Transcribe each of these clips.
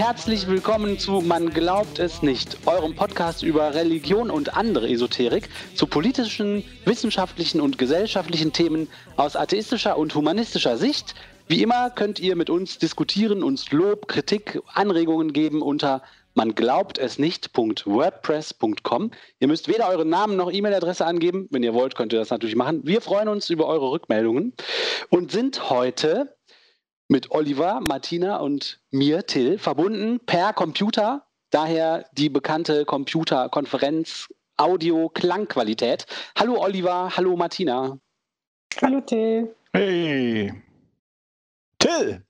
Herzlich willkommen zu Man glaubt es nicht, eurem Podcast über Religion und andere Esoterik, zu politischen, wissenschaftlichen und gesellschaftlichen Themen aus atheistischer und humanistischer Sicht. Wie immer könnt ihr mit uns diskutieren, uns Lob, Kritik, Anregungen geben unter manglaubtesnicht.wordpress.com. Ihr müsst weder euren Namen noch E-Mail-Adresse angeben. Wenn ihr wollt, könnt ihr das natürlich machen. Wir freuen uns über eure Rückmeldungen und sind heute mit Oliver, Martina und mir, Till, verbunden per Computer. Daher die bekannte Computerkonferenz Audio-Klangqualität. Hallo Oliver, hallo Martina. Hallo Till. Hey. Till,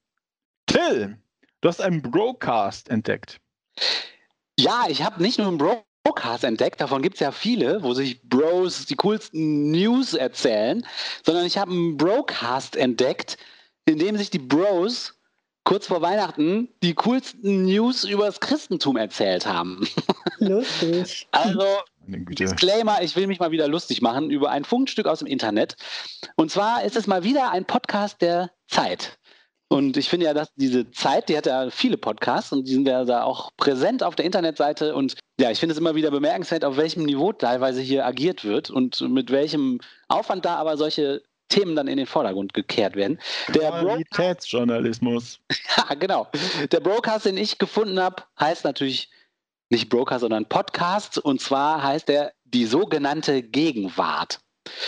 du hast einen Brocast entdeckt. Ja, ich habe nicht nur einen Brocast entdeckt, davon gibt es ja viele, wo sich Bros die coolsten News erzählen, sondern ich habe einen Brocast entdeckt, in dem sich die Bros kurz vor Weihnachten die coolsten News über das Christentum erzählt haben. Lustig. Also, Disclaimer, ich will mich mal wieder lustig machen über ein Funkstück aus dem Internet. Und zwar ist es mal wieder ein Podcast der Zeit. Und ich finde ja, dass diese Zeit, die hat ja viele Podcasts und die sind ja da auch präsent auf der Internetseite. Und ja, ich finde es immer wieder bemerkenswert, auf welchem Niveau teilweise hier agiert wird und mit welchem Aufwand da aber solche Themen dann in den Vordergrund gekehrt werden. Der Qualitätsjournalismus. Ja, genau. Der Brocast, den ich gefunden habe, heißt natürlich nicht Brocast, sondern Podcast. Und zwar heißt er die sogenannte Gegenwart.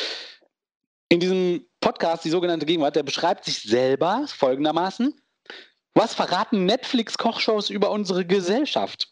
In diesem Podcast, die sogenannte Gegenwart, der beschreibt sich selber folgendermaßen: Was verraten Netflix-Kochshows über unsere Gesellschaft?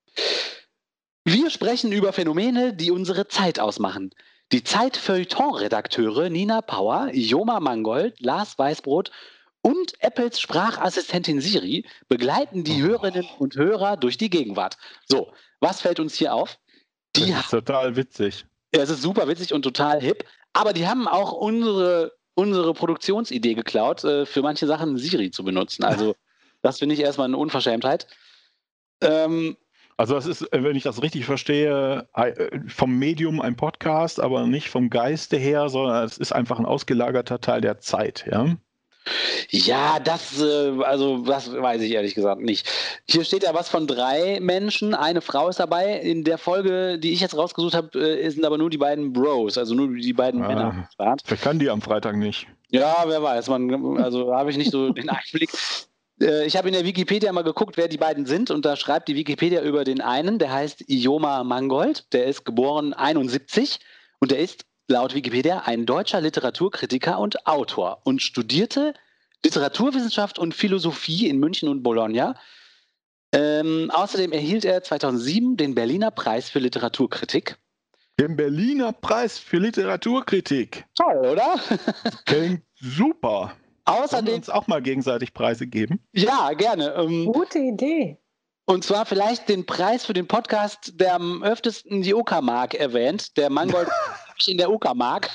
Wir sprechen über Phänomene, die unsere Zeit ausmachen. Die Zeit-Feuilleton-Redakteure Nina Power, Joma Mangold, Lars Weißbrot und Apples Sprachassistentin Siri begleiten die Hörerinnen und Hörer durch die Gegenwart. So, was fällt uns hier auf? Das ist total witzig. Ja, es ist super witzig und total hip, aber die haben auch unsere Produktionsidee geklaut, für manche Sachen Siri zu benutzen. Also das finde ich erstmal eine Unverschämtheit. Also das ist, wenn ich das richtig verstehe, vom Medium ein Podcast, aber nicht vom Geiste her, sondern es ist einfach ein ausgelagerter Teil der Zeit, ja? Ja, das weiß ich ehrlich gesagt nicht. Hier steht ja was von 3 Menschen, eine Frau ist dabei. In der Folge, die ich jetzt rausgesucht habe, sind aber nur die beiden Bros, also nur die beiden Männer. Vielleicht kann die am Freitag nicht. Ja, wer weiß, also habe ich nicht so den Einblick. Ich habe in der Wikipedia mal geguckt, wer die beiden sind, und da schreibt die Wikipedia über den einen, der heißt Joma Mangold, der ist geboren 71 und der ist laut Wikipedia ein deutscher Literaturkritiker und Autor und studierte Literaturwissenschaft und Philosophie in München und Bologna. Außerdem erhielt er 2007 den Berliner Preis für Literaturkritik. Den Berliner Preis für Literaturkritik. Toll, oder? Klingt super. Außerdem sollen wir uns auch mal gegenseitig Preise geben? Ja, gerne. Gute Idee. Und zwar vielleicht den Preis für den Podcast, der am öftesten die Uckermark erwähnt. Der Mangold in der Uckermark.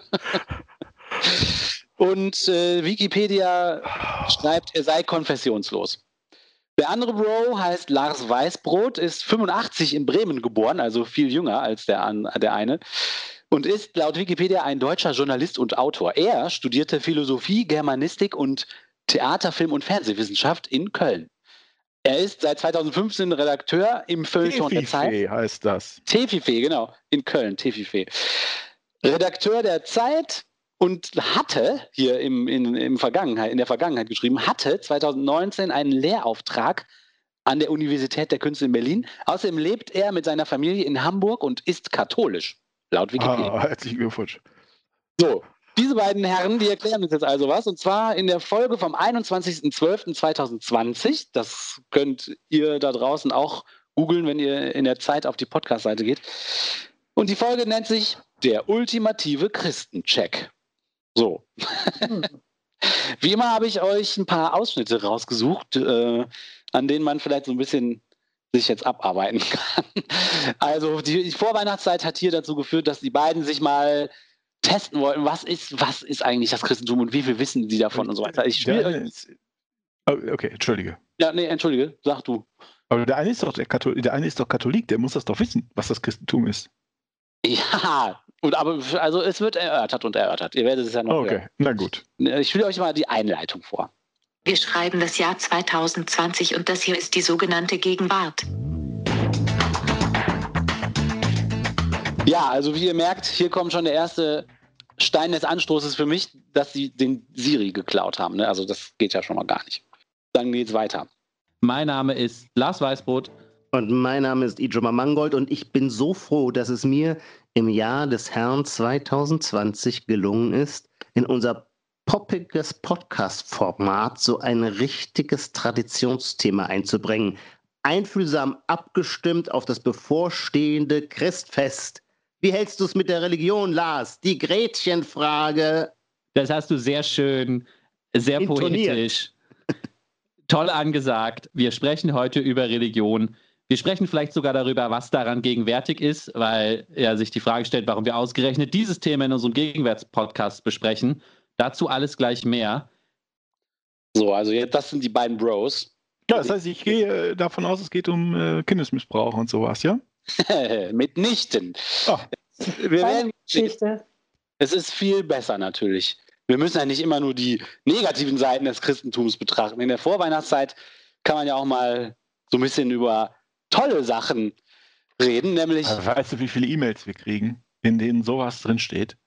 Und Wikipedia schreibt, er sei konfessionslos. Der andere Bro heißt Lars Weißbrot, ist 85 in Bremen geboren, also viel jünger als der eine. Und ist laut Wikipedia ein deutscher Journalist und Autor. Er studierte Philosophie, Germanistik und Theater-, Film- und Fernsehwissenschaft in Köln. Er ist seit 2015 Redakteur im Feuilleton der Zeit. Tefife heißt das. Tefife, genau, in Köln, Tefife. Redakteur der Zeit und hatte hier in der Vergangenheit geschrieben, hatte 2019 einen Lehrauftrag an der Universität der Künste in Berlin. Außerdem lebt er mit seiner Familie in Hamburg und ist katholisch. Laut Wikipedia. Herzlichen Glückwunsch. So, diese beiden Herren, die erklären uns jetzt also was. Und zwar in der Folge vom 21.12.2020. Das könnt ihr da draußen auch googeln, wenn ihr in der Zeit auf die Podcast-Seite geht. Und die Folge nennt sich Der ultimative Christencheck. So. Wie immer habe ich euch ein paar Ausschnitte rausgesucht, an denen man vielleicht so ein bisschen sich jetzt abarbeiten kann. Also die Vorweihnachtszeit hat hier dazu geführt, dass die beiden sich mal testen wollten, was ist eigentlich das Christentum und wie viel wissen sie davon und so weiter. Okay, entschuldige. Ja, nee, entschuldige, sag du. Aber der eine ist doch Katholik, der muss das doch wissen, was das Christentum ist. Ja, aber also es wird erörtert und erörtert. Ihr werdet es ja noch Okay, hören. na gut. Ich stelle euch mal die Einleitung vor. Wir schreiben das Jahr 2020 und das hier ist die sogenannte Gegenwart. Ja, also wie ihr merkt, hier kommt schon der erste Stein des Anstoßes für mich, dass sie den Siri geklaut haben. Ne? Also das geht ja schon mal gar nicht. Dann geht's weiter. Mein Name ist Lars Weißbrot. Und mein Name ist Ijoma Mangold und ich bin so froh, dass es mir im Jahr des Herrn 2020 gelungen ist, in unser poppiges Podcast-Format so ein richtiges Traditionsthema einzubringen. Einfühlsam abgestimmt auf das bevorstehende Christfest. Wie hältst du es mit der Religion, Lars? Die Gretchenfrage. Das hast du sehr schön, sehr Intoniert. poetisch, toll angesagt. Wir sprechen heute über Religion. Wir sprechen vielleicht sogar darüber, was daran gegenwärtig ist, weil ja sich die Frage stellt, warum wir ausgerechnet dieses Thema in unserem Gegenwärtspodcast besprechen. Dazu alles gleich mehr. So, also jetzt, das sind die beiden Bros. Ja, das heißt, ich gehe davon aus, es geht um Kindesmissbrauch und sowas, ja? Mitnichten. Ah. Wir werden, Geschichte. es ist viel besser natürlich. Wir müssen ja nicht immer nur die negativen Seiten des Christentums betrachten. In der Vorweihnachtszeit kann man ja auch mal so ein bisschen über tolle Sachen reden, nämlich... Also, weißt du, wie viele E-Mails wir kriegen, in denen sowas drinsteht?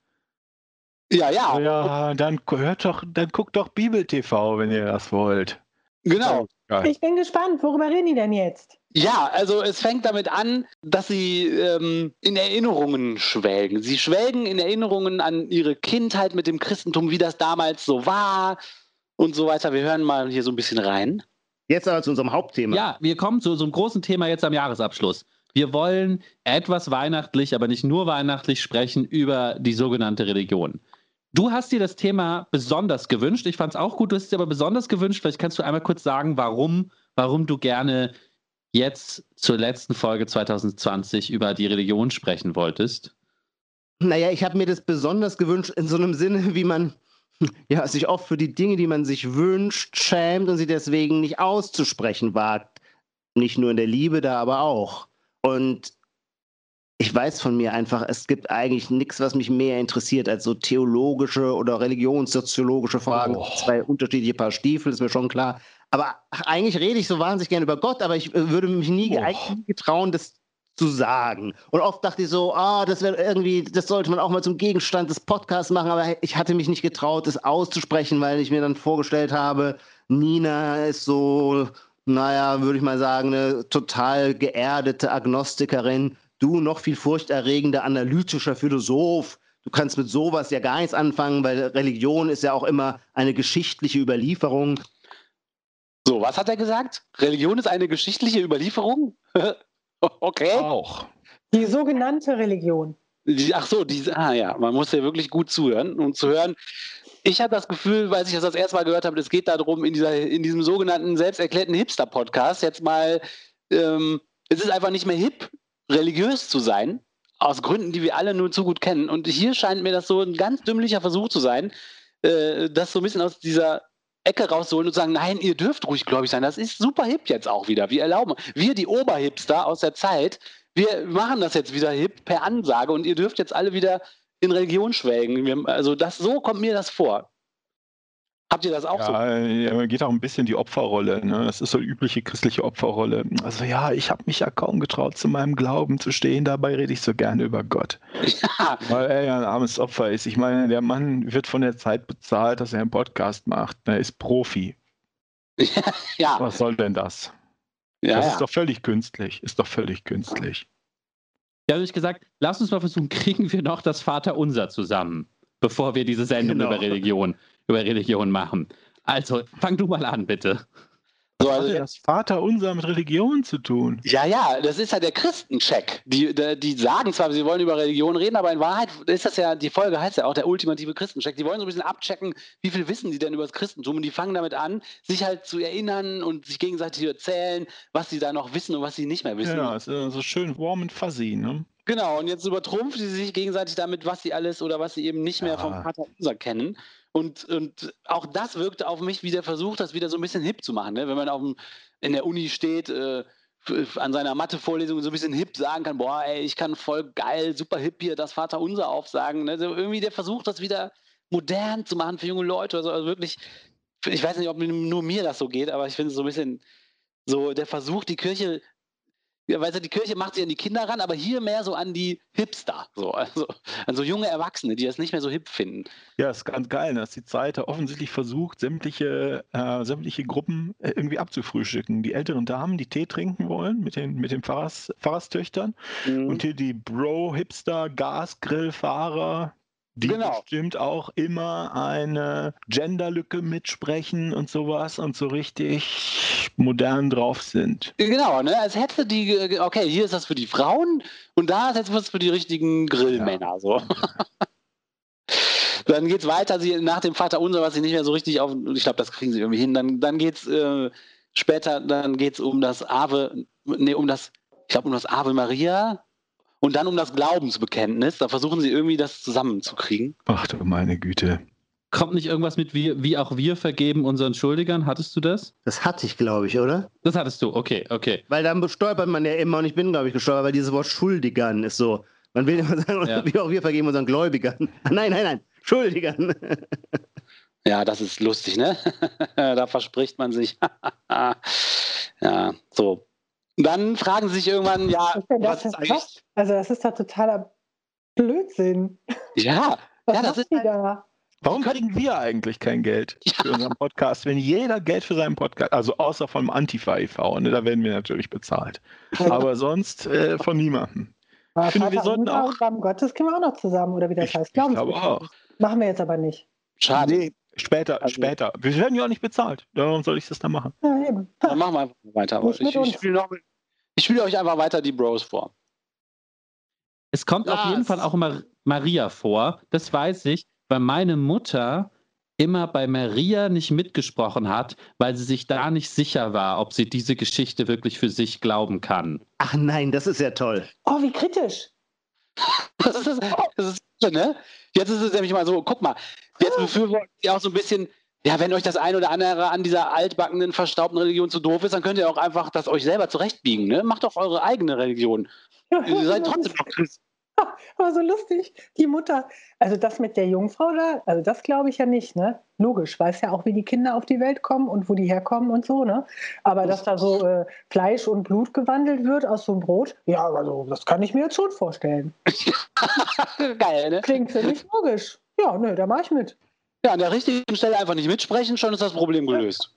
Ja, ja, Ja, dann guckt doch Bibel-TV, wenn ihr das wollt. genau. Ja. Ich bin gespannt, worüber reden die denn jetzt? Ja, also es fängt damit an, dass sie in Erinnerungen schwelgen. Sie schwelgen in Erinnerungen an ihre Kindheit mit dem Christentum, wie das damals so war und so weiter. Wir hören mal hier so ein bisschen rein. Jetzt aber zu unserem Hauptthema. Ja, wir kommen zu so einem großen Thema jetzt am Jahresabschluss. Wir wollen etwas weihnachtlich, aber nicht nur weihnachtlich sprechen über die sogenannte Religion. Du hast dir das Thema besonders gewünscht. Ich fand es auch gut, du hast es dir aber besonders gewünscht. Vielleicht kannst du einmal kurz sagen, warum du gerne jetzt zur letzten Folge 2020 über die Religion sprechen wolltest. Naja, ich habe mir das besonders gewünscht in so einem Sinne, wie man ja, sich oft für die Dinge, die man sich wünscht, schämt und sie deswegen nicht auszusprechen wagt. Nicht nur in der Liebe, da aber auch. Und ich weiß von mir einfach, es gibt eigentlich nichts, was mich mehr interessiert als so theologische oder religionssoziologische Fragen. Oh. Zwei unterschiedliche Paar Stiefel, ist mir schon klar. Aber eigentlich rede ich so wahnsinnig gerne über Gott, aber ich würde mich eigentlich nie getrauen, das zu sagen. Und oft dachte ich so, das wäre irgendwie, das sollte man auch mal zum Gegenstand des Podcasts machen, aber ich hatte mich nicht getraut, das auszusprechen, weil ich mir dann vorgestellt habe, Nina ist so, naja, würde ich mal sagen, eine total geerdete Agnostikerin. Du noch viel furchterregender analytischer Philosoph. Du kannst mit sowas ja gar nichts anfangen, weil Religion ist ja auch immer eine geschichtliche Überlieferung. So, was hat er gesagt? Religion ist eine geschichtliche Überlieferung? Okay. Auch. Die sogenannte Religion. Ach so, ja, man muss ja wirklich gut zuhören, um zu hören. Ich habe das Gefühl, als ich das erste Mal gehört habe, es geht darum, in diesem sogenannten selbsterklärten Hipster-Podcast jetzt mal, es ist einfach nicht mehr hip, religiös zu sein, aus Gründen, die wir alle nur zu gut kennen. Und hier scheint mir das so ein ganz dümmlicher Versuch zu sein, das so ein bisschen aus dieser Ecke rauszuholen und zu sagen, nein, ihr dürft ruhig gläubig sein, das ist super hip jetzt auch wieder. Wir die Oberhipster aus der Zeit, wir machen das jetzt wieder hip per Ansage und ihr dürft jetzt alle wieder in Religion schwelgen. So kommt mir das vor. Habt ihr das auch so? Ja, geht auch ein bisschen die Opferrolle. Ne? Das ist so eine übliche christliche Opferrolle. Also ja, ich habe mich ja kaum getraut, zu meinem Glauben zu stehen. Dabei rede ich so gerne über Gott. Ja. Weil er ja ein armes Opfer ist. Ich meine, der Mann wird von der Zeit bezahlt, dass er einen Podcast macht. Er ist Profi. Ja. Was soll denn das? Ja, Das ja. ist doch völlig künstlich. Ist doch völlig künstlich. Ja, habe ich gesagt, lass uns mal versuchen, kriegen wir noch das Vaterunser zusammen, bevor wir diese Sendung Genau. über Religion machen. Also, fang du mal an, bitte. So, Was also hat das Vaterunser mit Religion zu tun? ja, das ist ja der Christencheck. Die sagen zwar, sie wollen über Religion reden, aber in Wahrheit ist das ja, die Folge heißt ja auch der ultimative Christencheck. Die wollen so ein bisschen abchecken, wie viel wissen die denn über das Christentum, und die fangen damit an, sich halt zu erinnern und sich gegenseitig zu erzählen, was sie da noch wissen und was sie nicht mehr wissen. Ja, es ist so schön warm und fuzzy, ne? Genau, und jetzt übertrumpfen sie sich gegenseitig damit, was sie alles oder was sie eben nicht mehr vom Vaterunser kennen. Und auch das wirkte auf mich wie der Versuch, das wieder so ein bisschen hip zu machen. Ne? Wenn man in der Uni steht, an seiner Mathe-Vorlesung so ein bisschen hip sagen kann, boah, ey, ich kann voll geil, super hip hier das Vaterunser aufsagen. Ne? So irgendwie der Versuch, das wieder modern zu machen für junge Leute. Also wirklich ich weiß nicht, ob nur mir das so geht, aber ich finde es so ein bisschen so der Versuch, die Kirche, ja, weißt du, die Kirche macht sich an die Kinder ran, aber hier mehr so an die Hipster, so, also an so junge Erwachsene, die das nicht mehr so hip finden. Ja, ist ganz geil, dass die Zeit da offensichtlich versucht, sämtliche Gruppen irgendwie abzufrühstücken. Die älteren Damen, die Tee trinken wollen mit den Pfarrerstöchtern und hier die Bro-Hipster, Gasgrillfahrer, die bestimmt auch immer eine Genderlücke mitsprechen und sowas und so richtig modern drauf sind. Genau, ne? Als hätte die, okay, hier ist das für die Frauen und da ist jetzt was für die richtigen Grillmänner. Ja. So. Dann geht's weiter, sie nach dem Vater Unser, was sie nicht mehr so richtig auf, ich glaube, das kriegen sie irgendwie hin. Dann geht's später, dann geht's um das Ave Maria. Und dann um das Glaubensbekenntnis, da versuchen sie irgendwie das zusammenzukriegen. Ach du meine Güte. Kommt nicht irgendwas mit wie auch wir vergeben unseren Schuldigern? Hattest du das? Das hatte ich, glaube ich, oder? Das hattest du, okay. Weil dann stolpert man ja immer, und ich bin, glaube ich, gestolpert, weil dieses Wort Schuldigern ist so. Man will immer sagen, wie auch wir vergeben unseren Gläubigern. Nein, Schuldigern. Ja, das ist lustig, ne? Da verspricht man sich. Ja, so. Dann fragen sie sich irgendwann, was ist eigentlich... Also das ist doch totaler Blödsinn. Ja, das ist da. Warum kriegen wir eigentlich kein Geld für unseren Podcast, wenn jeder Geld für seinen Podcast, also außer vom Antifa e.V., ne, da werden wir natürlich bezahlt. Aber sonst von niemandem. Ich finde, wir sollten auch... Gottes können wir auch noch zusammen, oder wie das heißt. Ich glaube auch. Machen wir jetzt aber nicht. Schade. Nee, später. Wir werden ja auch nicht bezahlt. Warum soll ich das dann machen? Ja, eben. Dann machen wir einfach weiter. Ich spiele euch einfach weiter die Bros vor. Es kommt auf jeden Fall auch immer Maria vor. Das weiß ich, weil meine Mutter immer bei Maria nicht mitgesprochen hat, weil sie sich da nicht sicher war, ob sie diese Geschichte wirklich für sich glauben kann. Ach nein, das ist ja toll. Oh, wie kritisch. Das ist ne? Jetzt ist es nämlich mal so, guck mal, jetzt befürworten sie auch so ein bisschen, ja, wenn euch das ein oder andere an dieser altbackenen, verstaubten Religion zu doof ist, dann könnt ihr auch einfach das euch selber zurechtbiegen. Ne? Macht doch eure eigene Religion. Ihr seid trotzdem noch Christen. Aber so lustig, die Mutter, also das mit der Jungfrau da, also das glaube ich ja nicht, ne? Logisch, weiß ja auch, wie die Kinder auf die Welt kommen und wo die herkommen und so, ne? Aber dass da so Fleisch und Blut gewandelt wird aus so einem Brot, ja, also das kann ich mir jetzt schon vorstellen. Geil, ne? Klingt für mich logisch. Ja, ne, da mache ich mit. Ja, an der richtigen Stelle einfach nicht mitsprechen, schon ist das Problem gelöst.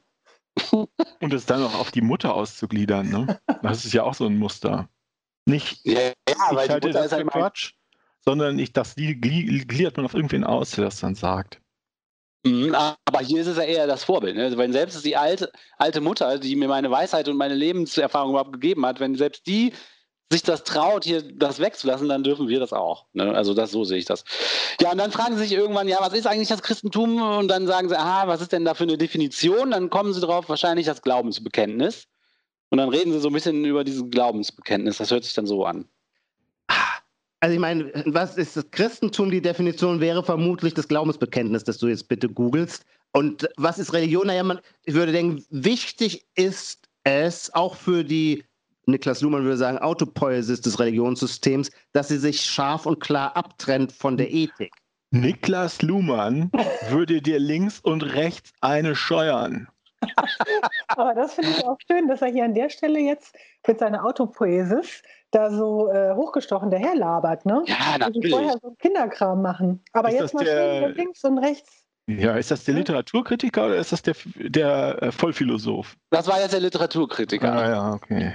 Und es dann auch auf die Mutter auszugliedern, ne? Das ist ja auch so ein Muster. Nicht, weil ich halte die Mutter das für Quatsch, sondern gliedert man auf irgendwen aus, der das dann sagt. Aber hier ist es ja eher das Vorbild. Ne? Wenn selbst die alte Mutter, die mir meine Weisheit und meine Lebenserfahrung überhaupt gegeben hat, wenn selbst die sich das traut, hier das wegzulassen, dann dürfen wir das auch. Ne? Also so sehe ich das. Ja, und dann fragen sie sich irgendwann, ja, was ist eigentlich das Christentum? Und dann sagen sie, aha, was ist denn da für eine Definition? Dann kommen sie drauf, wahrscheinlich das Glaubensbekenntnis. Und dann reden sie so ein bisschen über dieses Glaubensbekenntnis. Das hört sich dann so an. Also ich meine, was ist das Christentum? Die Definition wäre vermutlich das Glaubensbekenntnis, das du jetzt bitte googelst. Und was ist Religion? Naja, ich würde denken, wichtig ist es auch für die, Niklas Luhmann würde sagen, Autopoiesis des Religionssystems, dass sie sich scharf und klar abtrennt von der Ethik. Niklas Luhmann würde dir links und rechts eine scheuern. Aber das finde ich auch schön, dass er hier an der Stelle jetzt mit seiner Autopoiesis da so hochgestochen daherlabert, ne? Ja, natürlich. Die vorher so einen Kinderkram machen. Aber ist jetzt mal schön links und rechts. Ja, ist das der Literaturkritiker oder ist das der Vollphilosoph? Das war jetzt der Literaturkritiker. Ah ja, okay.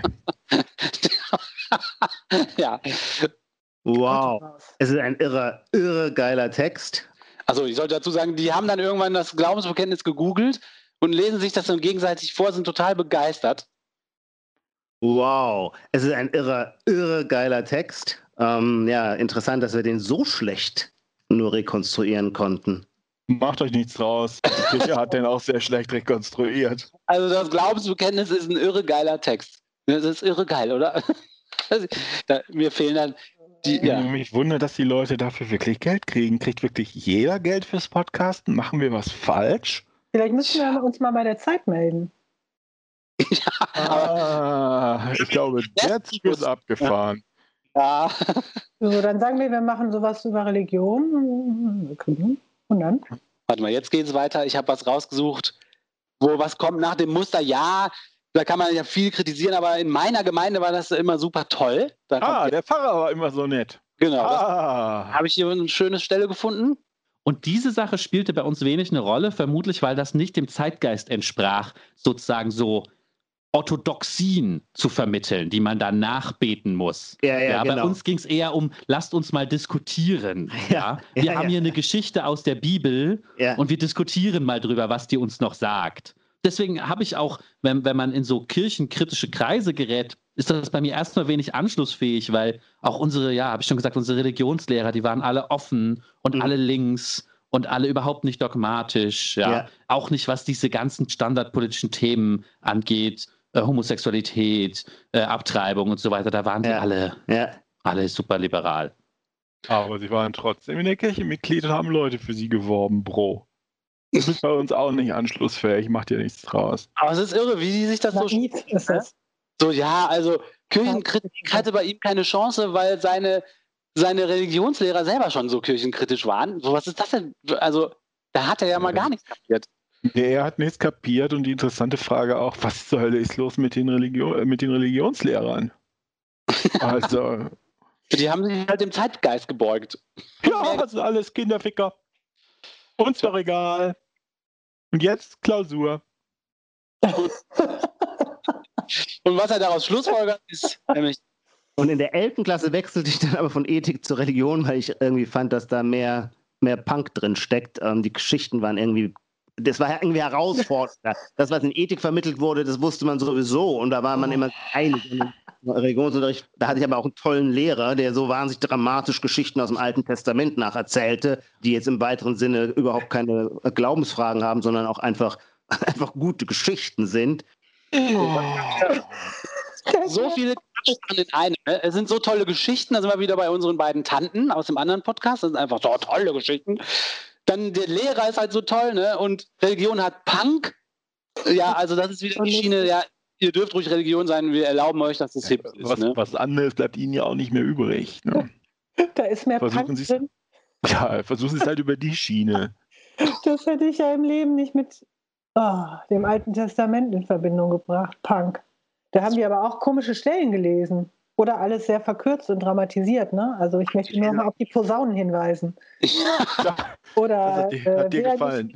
Ja. Wow. Es ist ein irre geiler Text. Also ich sollte dazu sagen, die haben dann irgendwann das Glaubensbekenntnis gegoogelt und lesen sich das dann gegenseitig vor, sind total begeistert. Wow, es ist ein irre geiler Text. Ja, interessant, dass wir den so schlecht nur rekonstruieren konnten. Macht euch nichts draus. Die Kirche hat den auch sehr schlecht rekonstruiert. Also das Glaubensbekenntnis ist ein irre geiler Text. Das ist irre geil, oder? Mir fehlen dann die... Ja. Mich wundert, dass die Leute dafür wirklich Geld kriegen. Kriegt wirklich jeder Geld fürs Podcasten? Machen wir was falsch? Vielleicht müssen wir uns mal bei der Zeit melden. Ich glaube, der Zug ist abgefahren. Ja. So, dann sagen wir machen sowas über Religion. Und dann? Warte mal, jetzt geht's weiter. Ich habe was rausgesucht, wo was kommt nach dem Muster. Ja, da kann man ja viel kritisieren, aber in meiner Gemeinde war das immer super toll. Der Pfarrer war immer so nett. Genau, habe ich hier eine schöne Stelle gefunden. Und diese Sache spielte bei uns wenig eine Rolle, vermutlich, weil das nicht dem Zeitgeist entsprach, sozusagen so Orthodoxien zu vermitteln, die man dann nachbeten muss. Ja, Bei genau. uns ging es eher um, lasst uns mal diskutieren. Wir haben hier eine Geschichte aus der Bibel und wir diskutieren mal drüber, was die uns noch sagt. Deswegen habe ich auch, wenn man in so kirchenkritische Kreise gerät, ist das bei mir erstmal wenig anschlussfähig, weil auch unsere, habe ich schon gesagt, unsere Religionslehrer, die waren alle offen und alle links und alle überhaupt nicht dogmatisch. Auch nicht, was diese ganzen standardpolitischen Themen angeht, Homosexualität, Abtreibung und so weiter, da waren die alle super liberal. Aber sie waren trotzdem in der Kirche Mitglied und haben Leute für sie geworben, Bro. Das ist bei uns auch nicht anschlussfähig, macht ja nichts draus. Aber es ist irre, wie die sich das so... ist das. So, also Kirchenkritik hatte bei ihm keine Chance, weil seine Religionslehrer selber schon so kirchenkritisch waren. So, was ist das denn? Also, da hat er ja mal gar nichts kapiert. Er hat nichts kapiert und die interessante Frage auch, was zur Hölle ist los mit den Religionslehrern? Also... Die haben sich halt dem Zeitgeist gebeugt. Ja, das sind alles Kinderficker. Uns doch egal. Und jetzt Klausur. Und was er daraus schlussfolgert, ist nämlich... Und in der 11. Klasse wechselte ich dann aber von Ethik zur Religion, weil ich irgendwie fand, dass da mehr Punk drin steckt. Die Geschichten waren irgendwie... Das war ja irgendwie herausfordernder. Das, was in Ethik vermittelt wurde, das wusste man sowieso. Und da war man immer einig. Und im Religionsunterricht, da hatte ich aber auch einen tollen Lehrer, der so wahnsinnig dramatisch Geschichten aus dem Alten Testament nacherzählte, die jetzt im weiteren Sinne überhaupt keine Glaubensfragen haben, sondern auch einfach gute Geschichten sind. So viele Quatsch in einem. Es sind so tolle Geschichten, da sind wir wieder bei unseren beiden Tanten aus dem anderen Podcast. Das sind einfach so tolle Geschichten. Dann der Lehrer ist halt so toll, ne? Und Religion hat Punk. Ja, also das ist wieder die Schiene, ihr dürft ruhig Religion sein, wir erlauben euch, dass es hip ist. Ne? Was anderes bleibt ihnen ja auch nicht mehr übrig. Ne? Da ist mehr Punk drin. Ja, versuchen Sie es halt über die Schiene. Das hätte ich ja im Leben nicht mit dem Alten Testament in Verbindung gebracht, Punk. Da haben die aber auch komische Stellen gelesen. Oder alles sehr verkürzt und dramatisiert, ne? Also ich möchte nur noch mal auf die Posaunen hinweisen. Oder hat dir gefallen.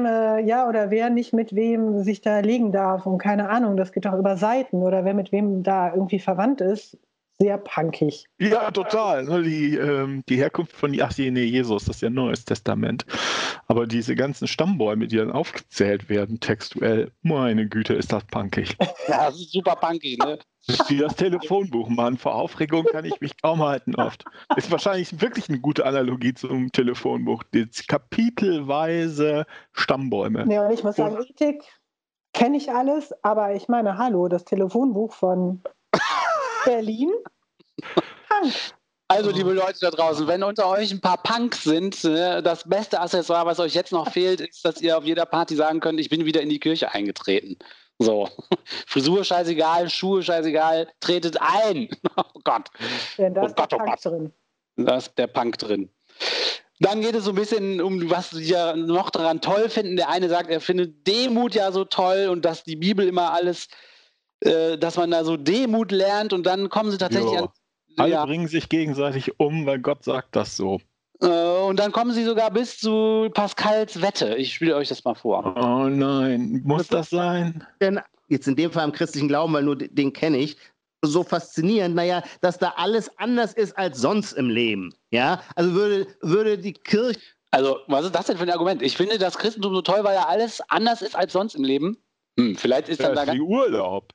Wer nicht mit wem sich da legen darf und keine Ahnung, das geht doch über Seiten. Oder wer mit wem da irgendwie verwandt ist, sehr punkig. Ja, total. Die Herkunft von Jesus, das ist ja Neues Testament. Aber diese ganzen Stammbäume, die dann aufgezählt werden, textuell, meine Güte, ist das punkig. Ja, das ist super punkig, ne? Wie das Telefonbuch, Mann. Vor Aufregung kann ich mich kaum halten oft. Ist wahrscheinlich wirklich eine gute Analogie zum Telefonbuch. Das kapitelweise Stammbäume. Ja, und ich muss sagen, Ethik kenne ich alles, aber ich meine, hallo, das Telefonbuch von Berlin. Punk. Also, liebe Leute da draußen, wenn unter euch ein paar Punks sind, das beste Accessoire, was euch jetzt noch fehlt, ist, dass ihr auf jeder Party sagen könnt, ich bin wieder in die Kirche eingetreten. So, Frisur scheißegal, Schuhe scheißegal, tretet ein. Oh Gott. Ja, da ist der Punk drin. Da ist der Punk drin. Dann geht es so ein bisschen um, was sie ja noch daran toll finden. Der eine sagt, er findet Demut ja so toll und dass die Bibel immer alles, dass man da so Demut lernt und dann kommen sie tatsächlich an. Alle bringen sich gegenseitig um, weil Gott sagt das so. Und dann kommen sie sogar bis zu Pascals Wette. Ich spiele euch das mal vor. Oh nein, muss das sein? Denn jetzt in dem Fall im christlichen Glauben, weil nur den kenne ich, so faszinierend, dass da alles anders ist als sonst im Leben. Ja, also würde die Kirche... Also, was ist das denn für ein Argument? Ich finde das Christentum so toll, weil ja alles anders ist als sonst im Leben. Vielleicht ist dann da wie Urlaub.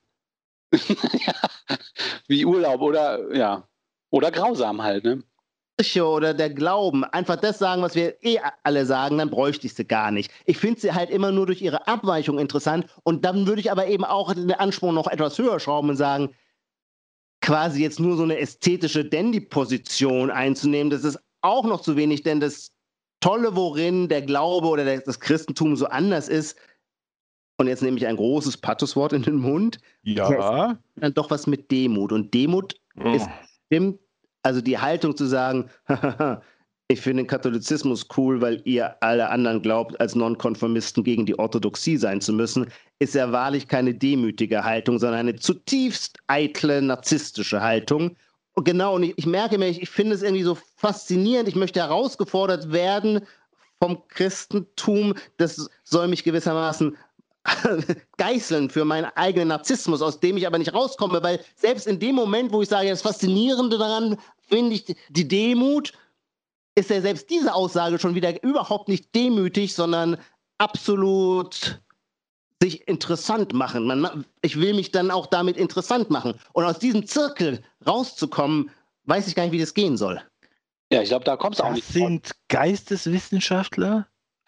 Wie Urlaub oder grausam halt, ne? Kirche oder der Glauben einfach das sagen, was wir alle sagen, dann bräuchte ich sie gar nicht. Ich finde sie halt immer nur durch ihre Abweichung interessant und dann würde ich aber eben auch den Anspruch noch etwas höher schrauben und sagen, quasi jetzt nur so eine ästhetische Dandy-Position einzunehmen, das ist auch noch zu wenig, denn das Tolle, worin der Glaube oder das Christentum so anders ist, und jetzt nehme ich ein großes Pathoswort in den Mund, ja, dann doch was mit Demut. Und Demut ist bestimmt, also die Haltung zu sagen, Ich finde den Katholizismus cool, weil ihr alle anderen glaubt, als Nonkonformisten gegen die Orthodoxie sein zu müssen, ist ja wahrlich keine demütige Haltung, sondern eine zutiefst eitle, narzisstische Haltung. Und genau, und ich merke mir, ich finde es irgendwie so faszinierend, ich möchte herausgefordert werden vom Christentum, das soll mich gewissermaßen geißeln für meinen eigenen Narzissmus, aus dem ich aber nicht rauskomme, weil selbst in dem Moment, wo ich sage, das Faszinierende daran finde ich die Demut, ist ja selbst diese Aussage schon wieder überhaupt nicht demütig, sondern absolut sich interessant machen. Ich will mich dann auch damit interessant machen. Und aus diesem Zirkel rauszukommen, weiß ich gar nicht, wie das gehen soll. Ja, ich glaube, da kommst du auch nicht. Das sind Geisteswissenschaftler?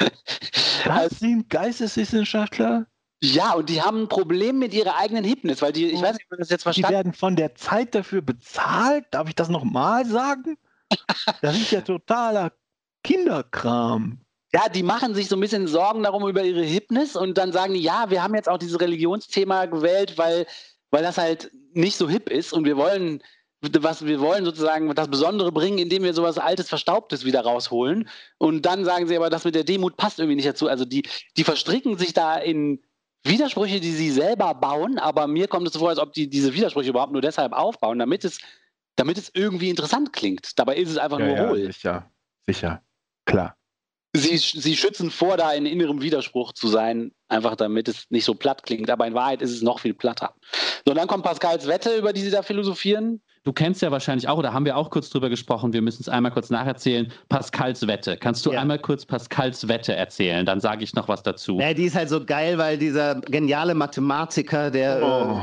Das sind Geisteswissenschaftler? Ja, und die haben ein Problem mit ihrer eigenen Hipness, weil ich weiß nicht, ob du das jetzt Die verstanden werden von der Zeit dafür bezahlt? Darf ich das nochmal sagen? Das ist ja totaler Kinderkram. Ja, die machen sich so ein bisschen Sorgen darum über ihre Hipness und dann sagen die, ja, wir haben jetzt auch dieses Religionsthema gewählt, weil das halt nicht so hip ist und wir wollen sozusagen das Besondere bringen, indem wir sowas Altes, Verstaubtes wieder rausholen. Und dann sagen sie aber, das mit der Demut passt irgendwie nicht dazu. Also die verstricken sich da in Widersprüche, die sie selber bauen, aber mir kommt es so vor, als ob die diese Widersprüche überhaupt nur deshalb aufbauen, damit es irgendwie interessant klingt. Dabei ist es einfach nur hohl. Sicher, klar. Sie schützen vor, da in innerem Widerspruch zu sein, einfach damit es nicht so platt klingt. Aber in Wahrheit ist es noch viel platter. So, und dann kommt Pascals Wette, über die sie da philosophieren. Du kennst ja wahrscheinlich auch, oder haben wir auch kurz drüber gesprochen, wir müssen es einmal kurz nacherzählen, Pascals Wette. Kannst du einmal kurz Pascals Wette erzählen? Dann sage ich noch was dazu. Ja, die ist halt so geil, weil dieser geniale Mathematiker, der...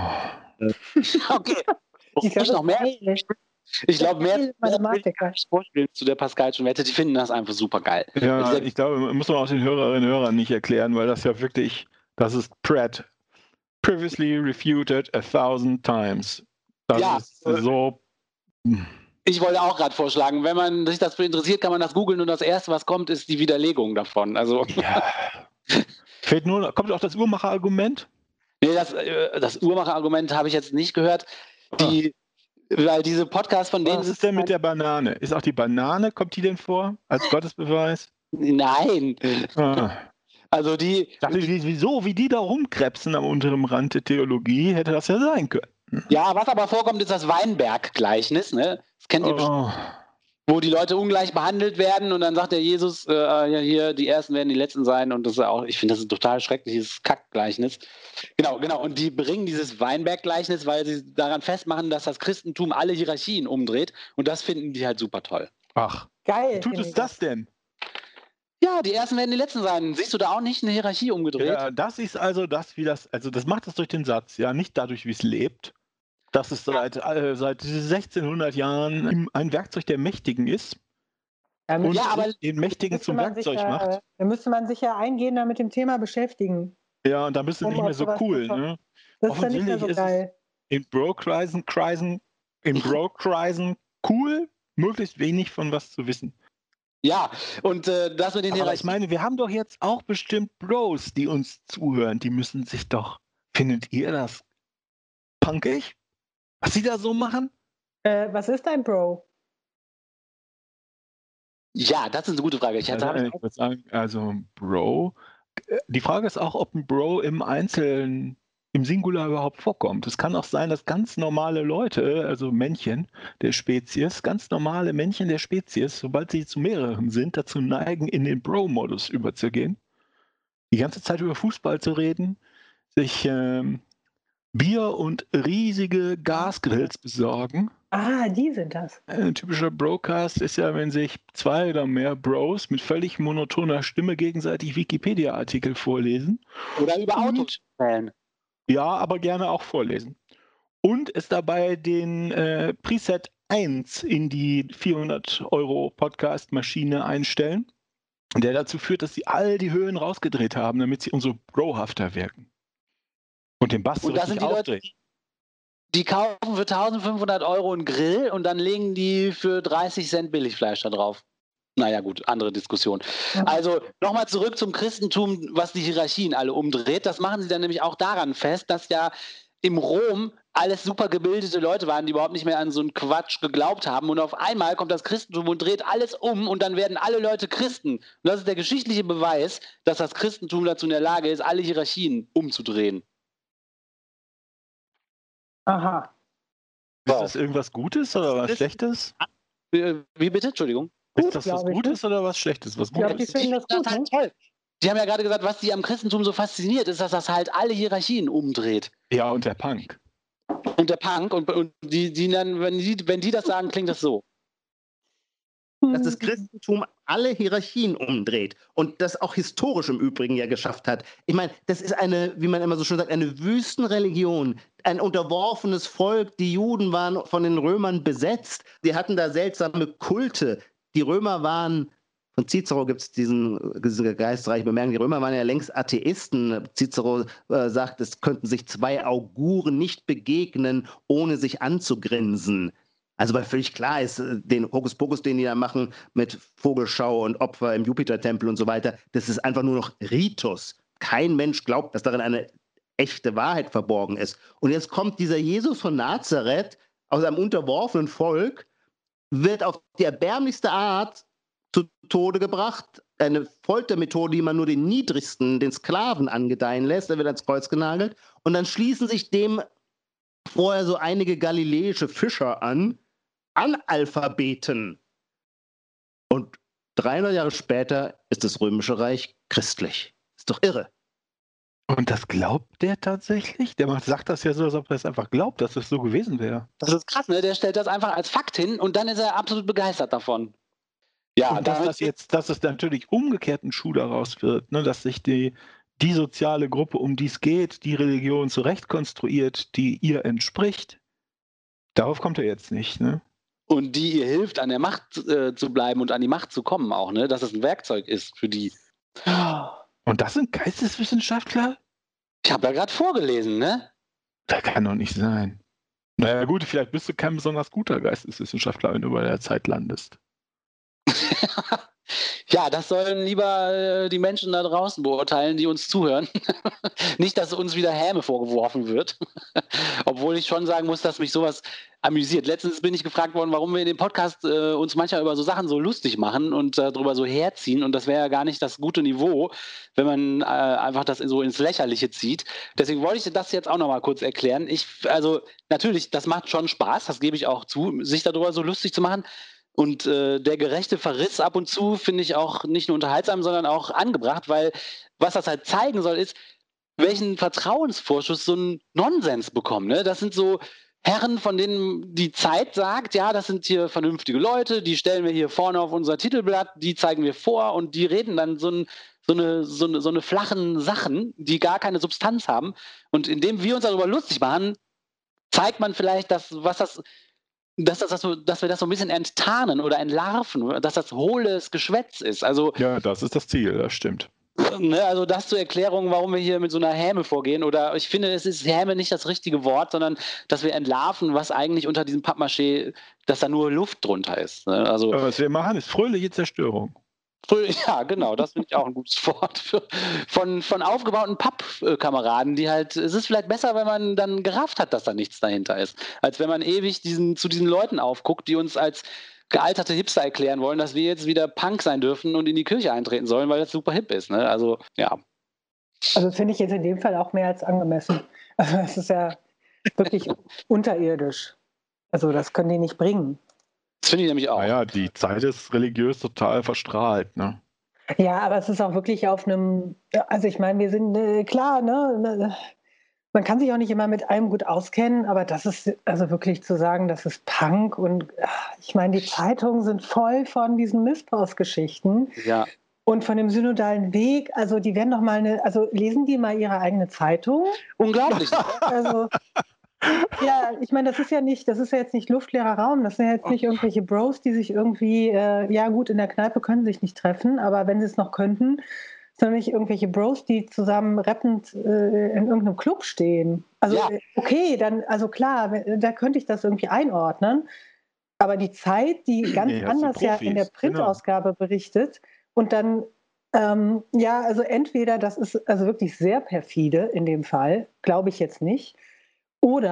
Okay. Ich noch mehr... Ich glaube, mehr vorspielen zu der Pascalschen Wette, die finden das einfach super geil. Ja, ich glaube, muss man auch den Hörerinnen und Hörern nicht erklären, weil das ja wirklich, das ist Pratt. Previously refuted 1000 times. Das ist so... Ich wollte auch gerade vorschlagen, wenn man sich dafür interessiert, kann man das googeln und das Erste, was kommt, ist die Widerlegung davon. Also ja. Kommt auch das Uhrmacher-Argument? Nee, das Uhrmacher-Argument habe ich jetzt nicht gehört. Weil diese Podcasts von denen... Was ist denn mit der Banane? Ist auch die Banane, kommt die denn vor als Gottesbeweis? Nein. Also die... Ich dachte, wieso, wie die da rumkrebsen am unteren Rand der Theologie, hätte das ja sein können. Ja, was aber vorkommt, ist das Weinberg-Gleichnis. Ne? Das kennt ihr bestimmt. Wo die Leute ungleich behandelt werden und dann sagt der Jesus, ja hier, die Ersten werden die Letzten sein und das ist auch, ich finde das ein total schreckliches Kackgleichnis. Genau. Und die bringen dieses Weinberg-Gleichnis, weil sie daran festmachen, dass das Christentum alle Hierarchien umdreht und das finden die halt super toll. Ach, geil. Wie tut es das denn? Ja, die Ersten werden die Letzten sein. Siehst du da auch nicht eine Hierarchie umgedreht? Ja, das ist also das macht das durch den Satz, ja, nicht dadurch, wie es lebt. Dass es seit 1600 Jahren ein Werkzeug der Mächtigen ist und aber den Mächtigen zum Werkzeug macht. Da müsste man sich ja eingehender mit dem Thema beschäftigen. Ja, und dann bist du nicht mehr so cool. Ne? Das ist ja nicht mehr so geil. In Bro-Kreisen cool, möglichst wenig von was zu wissen. Ja, und das mit den Hierarchien. Ich meine, wir haben doch jetzt auch bestimmt Bros, die uns zuhören. Die müssen sich doch... Findet ihr das punkig? Was sie da so machen? Was ist ein Bro? Ja, das ist eine gute Frage. Ich würde sagen, also Bro. Die Frage ist auch, ob ein Bro im Einzelnen, im Singular überhaupt vorkommt. Es kann auch sein, dass ganz normale Leute, also Männchen der Spezies, ganz normale Männchen der Spezies, sobald sie zu mehreren sind, dazu neigen, in den Bro-Modus überzugehen. Die ganze Zeit über Fußball zu reden, sich Bier und riesige Gasgrills besorgen. Ah, die sind das. Ein typischer Brocast ist ja, wenn sich 2 oder mehr Bros mit völlig monotoner Stimme gegenseitig Wikipedia-Artikel vorlesen. Oder über Autos sprechen. Ja, aber gerne auch vorlesen. Und es dabei den Preset 1 in die 400€ Podcast-Maschine einstellen, der dazu führt, dass sie all die Höhen rausgedreht haben, damit sie umso brohafter wirken. Und den Bass so richtig aufdrehen. Die kaufen für 1.500€ einen Grill und dann legen die für 30 Cent Billigfleisch da drauf. Naja gut, andere Diskussion. Ja. Also nochmal zurück zum Christentum, was die Hierarchien alle umdreht. Das machen sie dann nämlich auch daran fest, dass ja im Rom alles super gebildete Leute waren, die überhaupt nicht mehr an so einen Quatsch geglaubt haben. Und auf einmal kommt das Christentum und dreht alles um und dann werden alle Leute Christen. Und das ist der geschichtliche Beweis, dass das Christentum dazu in der Lage ist, alle Hierarchien umzudrehen. Aha. Ist das irgendwas Gutes oder was Schlechtes? Wie bitte? Entschuldigung. Ist das was Gutes oder was Schlechtes? Was Ich glaube, die Gutes? finden das gut, ne? Toll. Die haben ja gerade gesagt, was die am Christentum so fasziniert, ist, dass das halt alle Hierarchien umdreht. Ja, und der Punk. Und der Punk, und die dann, wenn die das sagen, klingt das so. Dass das Christentum alle Hierarchien umdreht und das auch historisch im Übrigen ja geschafft hat. Ich meine, das ist eine, wie man immer so schön sagt, eine Wüstenreligion, ein unterworfenes Volk. Die Juden waren von den Römern besetzt. Die hatten da seltsame Kulte. Die Römer waren, von Cicero gibt es diese geistreiche Bemerkung, die Römer waren ja längst Atheisten. Cicero sagt, es könnten sich zwei Auguren nicht begegnen, ohne sich anzugrinsen. Also weil völlig klar ist, den Hokuspokus, den die da machen mit Vogelschau und Opfer im Jupitertempel und so weiter, das ist einfach nur noch Ritus. Kein Mensch glaubt, dass darin eine echte Wahrheit verborgen ist. Und jetzt kommt dieser Jesus von Nazareth aus einem unterworfenen Volk, wird auf die erbärmlichste Art zu Tode gebracht. Eine Foltermethode, die man nur den Niedrigsten, den Sklaven angedeihen lässt. Er wird ans Kreuz genagelt. Und dann schließen sich dem vorher so einige galiläische Fischer an, Analphabeten. Und 300 Jahre später ist das Römische Reich christlich. Ist doch irre. Und das glaubt der tatsächlich? Der sagt das ja so, als ob er es einfach glaubt, dass es so gewesen wäre. Das ist krass, ne? Der stellt das einfach als Fakt hin und dann ist er absolut begeistert davon. Ja, und dass es natürlich umgekehrt ein Schuh daraus wird, ne? Dass sich die soziale Gruppe, um die es geht, die Religion zurechtkonstruiert, die ihr entspricht. Darauf kommt er jetzt nicht, ne? Und die ihr hilft, an der Macht zu bleiben und an die Macht zu kommen auch, ne? Dass es ein Werkzeug ist für die. Und das sind Geisteswissenschaftler? Ich habe ja gerade vorgelesen, ne? Das kann doch nicht sein. Naja gut, vielleicht bist du kein besonders guter Geisteswissenschaftler, wenn du bei der Zeit landest. Ja, das sollen lieber die Menschen da draußen beurteilen, die uns zuhören. Nicht, dass uns wieder Häme vorgeworfen wird. Obwohl ich schon sagen muss, dass mich sowas amüsiert. Letztens bin ich gefragt worden, warum wir in dem Podcast uns manchmal über so Sachen so lustig machen und darüber so herziehen. Und das wäre ja gar nicht das gute Niveau, wenn man einfach das so ins Lächerliche zieht. Deswegen wollte ich das jetzt auch noch mal kurz erklären. Also natürlich, das macht schon Spaß, das gebe ich auch zu, sich darüber so lustig zu machen. Und der gerechte Verriss ab und zu finde ich auch nicht nur unterhaltsam, sondern auch angebracht, weil was das halt zeigen soll, ist, welchen Vertrauensvorschuss so ein Nonsens bekommt. Ne? Das sind so Herren, von denen die Zeit sagt, ja, das sind hier vernünftige Leute, die stellen wir hier vorne auf unser Titelblatt, die zeigen wir vor und die reden dann so eine flachen Sachen, die gar keine Substanz haben. Und indem wir uns darüber lustig machen, zeigt man vielleicht, dass wir das so ein bisschen enttarnen oder entlarven, dass das hohles Geschwätz ist. Also, ja, das ist das Ziel, das stimmt. Ne, also das zur Erklärung, warum wir hier mit so einer Häme vorgehen. Oder ich finde, es ist Häme nicht das richtige Wort, sondern dass wir entlarven, was eigentlich unter diesem Pappmaché, dass da nur Luft drunter ist. Ne? Also, aber was wir machen, ist fröhliche Zerstörung. Ja, genau, das finde ich auch ein gutes Wort von aufgebauten Pappkameraden, die halt, es ist vielleicht besser, wenn man dann gerafft hat, dass da nichts dahinter ist, als wenn man ewig zu diesen Leuten aufguckt, die uns als gealterte Hipster erklären wollen, dass wir jetzt wieder Punk sein dürfen und in die Kirche eintreten sollen, weil das super hip ist, ne? Also, ja. Also das finde ich jetzt in dem Fall auch mehr als angemessen. Also das ist ja wirklich unterirdisch. Also das können die nicht bringen. Das finde ich nämlich auch. Naja, die Zeit ist religiös total verstrahlt, ne? Ja, aber es ist auch wirklich auf einem, also ich meine, wir sind klar, ne? Man kann sich auch nicht immer mit allem gut auskennen, aber das ist, also wirklich zu sagen, das ist Punk und ich meine, die Zeitungen sind voll von diesen Missbrauchsgeschichten. Ja. Und von dem synodalen Weg, also die werden doch mal also lesen die mal ihre eigene Zeitung? Unglaublich. Also, ja, ich meine, das ist ja jetzt nicht luftleerer Raum, das sind ja jetzt nicht irgendwelche Bros, die sich irgendwie, ja gut, in der Kneipe können sich nicht treffen, aber wenn sie es noch könnten, sondern nicht irgendwelche Bros, die zusammen rappend in irgendeinem Club stehen. Also ja. Okay, dann, also klar, da könnte ich das irgendwie einordnen, aber die Zeit, die ganz anders ja in der Printausgabe berichtet und dann, ja, also entweder das ist also wirklich sehr perfide in dem Fall, glaube ich jetzt nicht, oder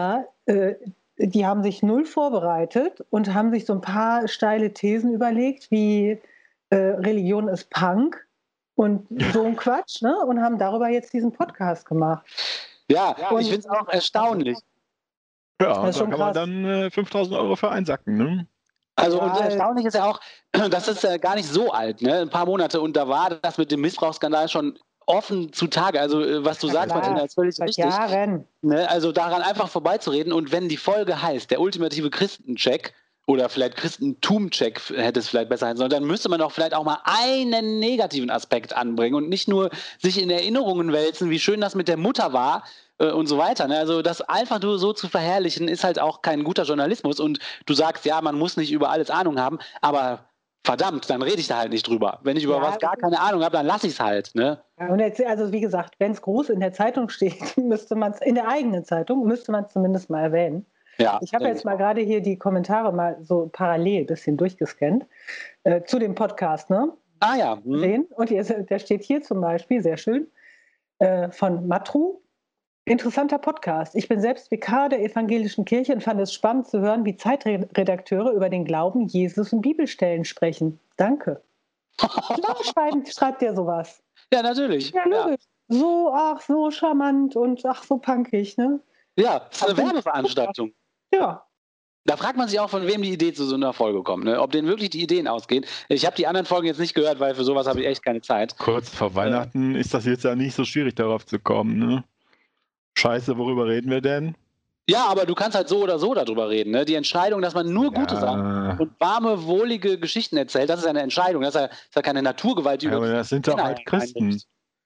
die haben sich null vorbereitet und haben sich so ein paar steile Thesen überlegt, wie Religion ist Punk und so ein Quatsch, ne? Und haben darüber jetzt diesen Podcast gemacht. Ja, Und- ich finde es auch erstaunlich. Ja, Das ist da schon kann man krass. dann 5.000 Euro für einsacken, ne? Also Ja, und erstaunlich ist ja auch, das ist ja gar nicht so alt, ne? Ein paar Monate, und da war das mit dem Missbrauchsskandal schon offen zutage. Also was du sagst, klar, Martina, ist völlig seit richtig. Jahren. Ne? Also daran einfach vorbeizureden, und wenn die Folge heißt, der ultimative Christencheck oder vielleicht Christentum-Check hätte es vielleicht besser sein sollen, dann müsste man doch vielleicht auch mal einen negativen Aspekt anbringen und nicht nur sich in Erinnerungen wälzen, wie schön das mit der Mutter war und so weiter. Ne? Also das einfach nur so zu verherrlichen, ist halt auch kein guter Journalismus. Und du sagst, ja, man muss nicht über alles Ahnung haben, aber verdammt, dann rede ich da halt nicht drüber. Wenn ich über Ja, was gar keine Ahnung habe, dann lasse ich es halt. Ne? Ja, und jetzt, also wie gesagt, wenn es groß in der Zeitung steht, müsste man es, in der eigenen Zeitung, müsste man es zumindest mal erwähnen. Ja, Ich habe denke jetzt mal gerade hier die Kommentare mal so parallel ein bisschen durchgescannt zu dem Podcast, ne? Ah ja. Sehen. Und hier der steht hier zum Beispiel, sehr schön, von Matru. Interessanter Podcast. Ich bin selbst Vikar der evangelischen Kirche und fand es spannend zu hören, wie Zeitredakteure über den Glauben, Jesus und Bibelstellen sprechen. Danke. Klar schreibt der sowas. Ja, natürlich. Ja, logisch. So, ach, so charmant und ach, so punkig, ne? Ja, das ist eine Werbeveranstaltung. Ja. Da fragt man sich auch, von wem die Idee zu so einer Folge kommt, ne? Ob denen wirklich die Ideen ausgehen. Ich habe die anderen Folgen jetzt nicht gehört, weil für sowas habe ich echt keine Zeit. Kurz vor Weihnachten ist das jetzt ja nicht so schwierig, darauf zu kommen, ne? Scheiße, worüber reden wir denn? Ja, aber du kannst halt so oder so darüber reden. Ne? Die Entscheidung, dass man nur gute Sachen und warme, wohlige Geschichten erzählt, das ist ja eine Entscheidung. Das ist ja keine Naturgewalt, die Ja, aber das sind doch halt Christen.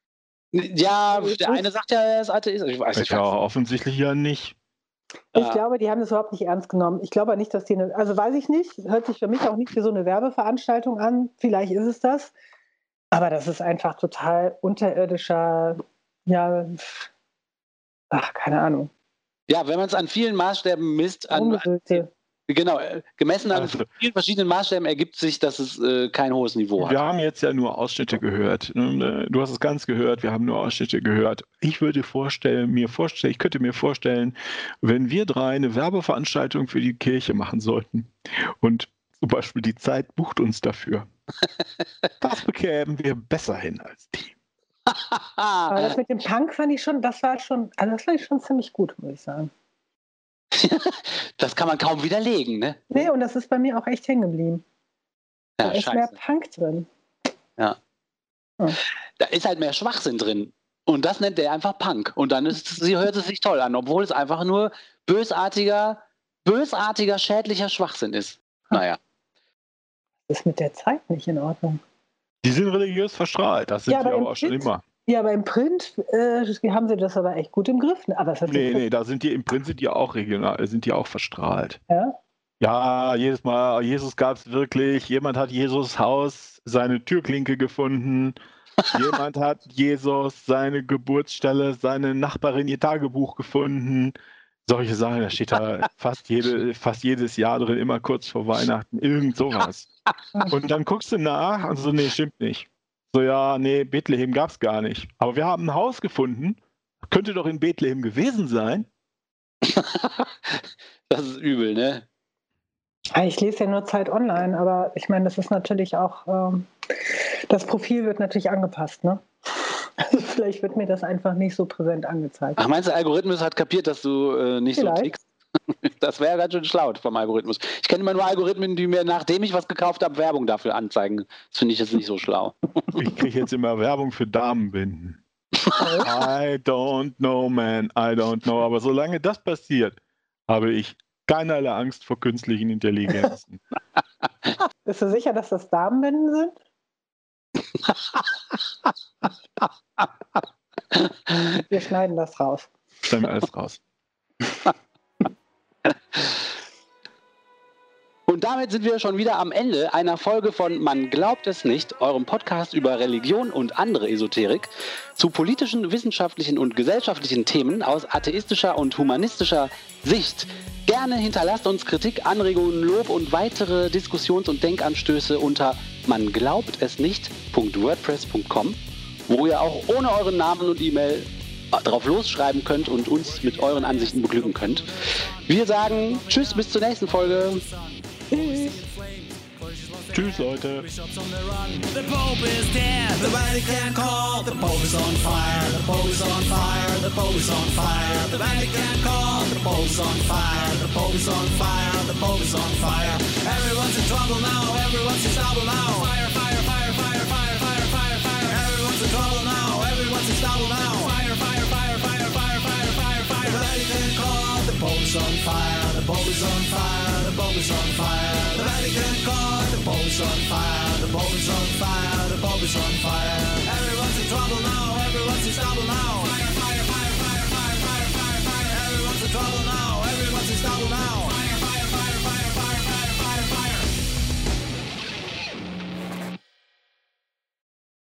Ja, der eine sagt ja, er ist Atheist. Ich weiß nicht. Ja, offensichtlich ja nicht. Ich glaube, die haben das überhaupt nicht ernst genommen. Ich glaube nicht, dass die also weiß ich nicht, hört sich für mich auch nicht wie so eine Werbeveranstaltung an. Vielleicht ist es das. Aber das ist einfach total unterirdischer, ja, ach, keine Ahnung. Ja, wenn man es an vielen Maßstäben misst, gemessen an vielen verschiedenen Maßstäben ergibt sich, dass es kein hohes Niveau hat. Wir haben jetzt ja nur Ausschnitte gehört. Du hast es ganz gehört, wir haben nur Ausschnitte gehört. Ich könnte mir vorstellen, wenn wir drei eine Werbeveranstaltung für die Kirche machen sollten und zum Beispiel die Zeit bucht uns dafür. Das bekämen wir besser hin als die. Aber das mit dem Punk fand ich schon ziemlich gut, muss ich sagen. Das kann man kaum widerlegen, ne? Nee, und das ist bei mir auch echt hängen geblieben. Ja, da ist mehr Punk drin. Ja. Da ist halt mehr Schwachsinn drin. Und das nennt der einfach Punk. Und dann hört es sich toll an, obwohl es einfach nur bösartiger, schädlicher Schwachsinn ist. Naja. Das ist mit der Zeit nicht in Ordnung. Die sind religiös verstrahlt, das sind sie aber auch schon immer. Ja, aber im Print haben sie das aber echt gut im Griff. Aber da sind die im Print sind die auch regional, sind die auch verstrahlt. Ja? Ja, jedes Mal, Jesus gab es wirklich, jemand hat Jesus Haus, seine Türklinke gefunden, jemand hat Jesus seine Geburtsstelle, seine Nachbarin ihr Tagebuch gefunden. Solche Sachen, da steht da fast jedes Jahr drin, immer kurz vor Weihnachten, irgend sowas. Und dann guckst du nach und so, nee, stimmt nicht. So, ja, nee, Bethlehem gab es gar nicht. Aber wir haben ein Haus gefunden, könnte doch in Bethlehem gewesen sein. Das ist übel, ne? Ich lese ja nur Zeit Online, aber ich meine, das ist natürlich auch, das Profil wird natürlich angepasst, ne? Also vielleicht wird mir das einfach nicht so präsent angezeigt. Ach, meinst du, der Algorithmus hat kapiert, dass du nicht vielleicht so tickst? Das wäre ganz schön schlau vom Algorithmus. Ich kenne immer nur Algorithmen, die mir, nachdem ich was gekauft habe, Werbung dafür anzeigen. Das finde ich jetzt nicht so schlau. Ich kriege jetzt immer Werbung für Damenbinden. I don't know, man, I don't know. Aber solange das passiert, habe ich keinerlei Angst vor künstlichen Intelligenzen. Bist du sicher, dass das Damenbinden sind? Wir schneiden das raus. Schneiden wir alles raus. Und damit sind wir schon wieder am Ende einer Folge von Man glaubt es nicht, eurem Podcast über Religion und andere Esoterik zu politischen, wissenschaftlichen und gesellschaftlichen Themen aus atheistischer und humanistischer Sicht. Gerne hinterlasst uns Kritik, Anregungen, Lob und weitere Diskussions- und Denkanstöße unter manglaubtesnicht.wordpress.com, wo ihr auch ohne euren Namen und E-Mail drauf losschreiben könnt und uns mit euren Ansichten beglücken könnt. Wir sagen Tschüss, bis zur nächsten Folge. Tschüss, Leute. The Pope is dead, the Vatican called, the Pope is on fire, the Pope is on fire, the Pope is on fire, the Vatican called, the Pope is on fire, the Pope is on fire, the Pope is on fire. Everyone's in trouble now, everyone's in trouble now. Fire, fire, fire, fire, fire, fire, fire, fire. Everyone's in trouble now, everyone's in trouble now. Fire, fire, fire, fire, fire, fire, fire, fire. The Vatican called, the Pope is on fire, the Pope is on fire, the Pope is on fire. The Vatican called, the Pope is on fire, the Pope is on fire, the Pope is on fire. Everyone's in trouble now, everyone's